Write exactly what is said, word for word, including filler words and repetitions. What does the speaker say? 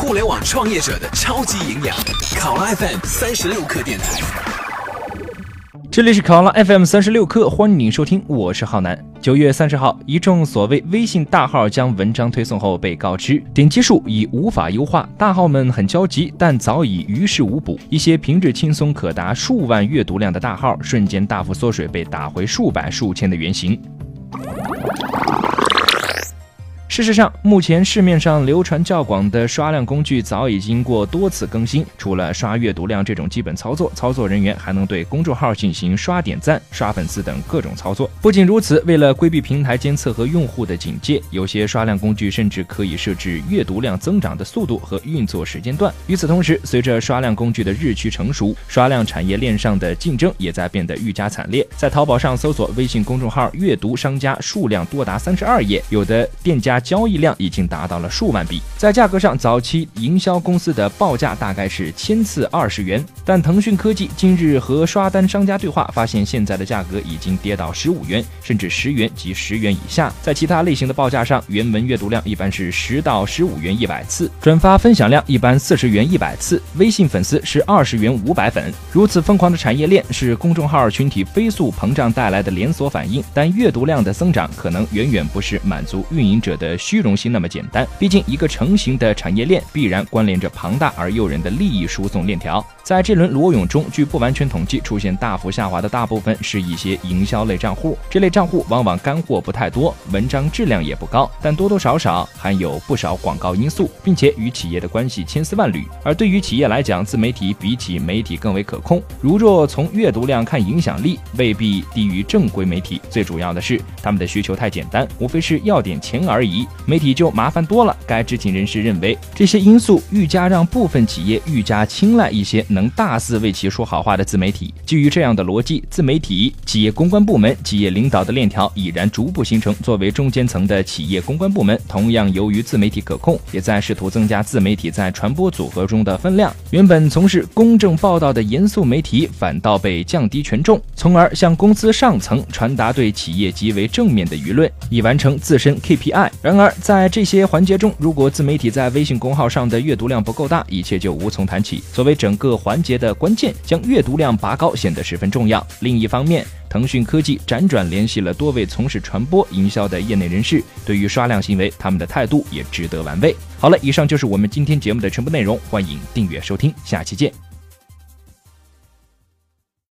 互联网创业者的超级营养，考拉 F M 三十六课电台。 这里是考拉 F M 三十六课，欢迎收听，我是浩南。九月三十号，一众所谓微信大号将文章推送后被告知点击数已无法优化，大号们很焦急，但早已于事无补。一些平日轻松可达数万阅读量的大号，瞬间大幅缩水，被打回数百数千的原形。事实上，目前市面上流传较广的刷量工具早已经过多次更新。除了刷阅读量这种基本操作，操作人员还能对公众号进行刷点赞、刷粉丝等各种操作。不仅如此，为了规避平台监测和用户的警戒，有些刷量工具甚至可以设置阅读量增长的速度和运作时间段。与此同时，随着刷量工具的日趋成熟，刷量产业链上的竞争也在变得愈加惨烈。在淘宝上搜索微信公众号阅读商家数量多达三十二页，有的店家交易量已经达到了数万笔。在价格上，早期营销公司的报价大概是千次二十元，但腾讯科技今日和刷单商家对话，发现现在的价格已经跌到十五元，甚至十元及十元以下。在其他类型的报价上，原文阅读量一般是十到十五元一百次，转发分享量一般四十元一百次，微信粉丝是二十元五百粉。如此疯狂的产业链是公众号群体飞速膨胀带来的连锁反应，但阅读量的增长可能远远不是满足运营者的虚荣心那么简单，毕竟一个成型的产业链必然关联着庞大而诱人的利益输送链条。在这轮裸泳中，据不完全统计，出现大幅下滑的大部分是一些营销类账户，这类账户往往干货不太多，文章质量也不高，但多多少少含有不少广告因素，并且与企业的关系千丝万缕。而对于企业来讲，自媒体比起媒体更为可控，如若从阅读量看影响力，未必低于正规媒体。最主要的是他们的需求太简单，无非是要点钱而已，媒体就麻烦多了。该知情人士认为，这些因素愈加让部分企业愈加青睐一些能大肆为其说好话的自媒体。基于这样的逻辑，自媒体、企业公关部门、企业领导的链条已然逐步形成。作为中间层的企业公关部门，同样由于自媒体可控，也在试图增加自媒体在传播组合中的分量。原本从事公正报道的严肃媒体反倒被降低权重，从而向公司上层传达对企业极为正面的舆论，以完成自身 K P I。 然而在这些环节中，如果自媒体在微信公号上的阅读量不够大，一切就无从谈起。所谓整个环节的关键，将阅读量拔高显得十分重要。另一方面，腾讯科技辗转联系了多位从事传播营销的业内人士，对于刷量行为，他们的态度也值得玩味。好了，以上就是我们今天节目的全部内容，欢迎订阅收听，下期见。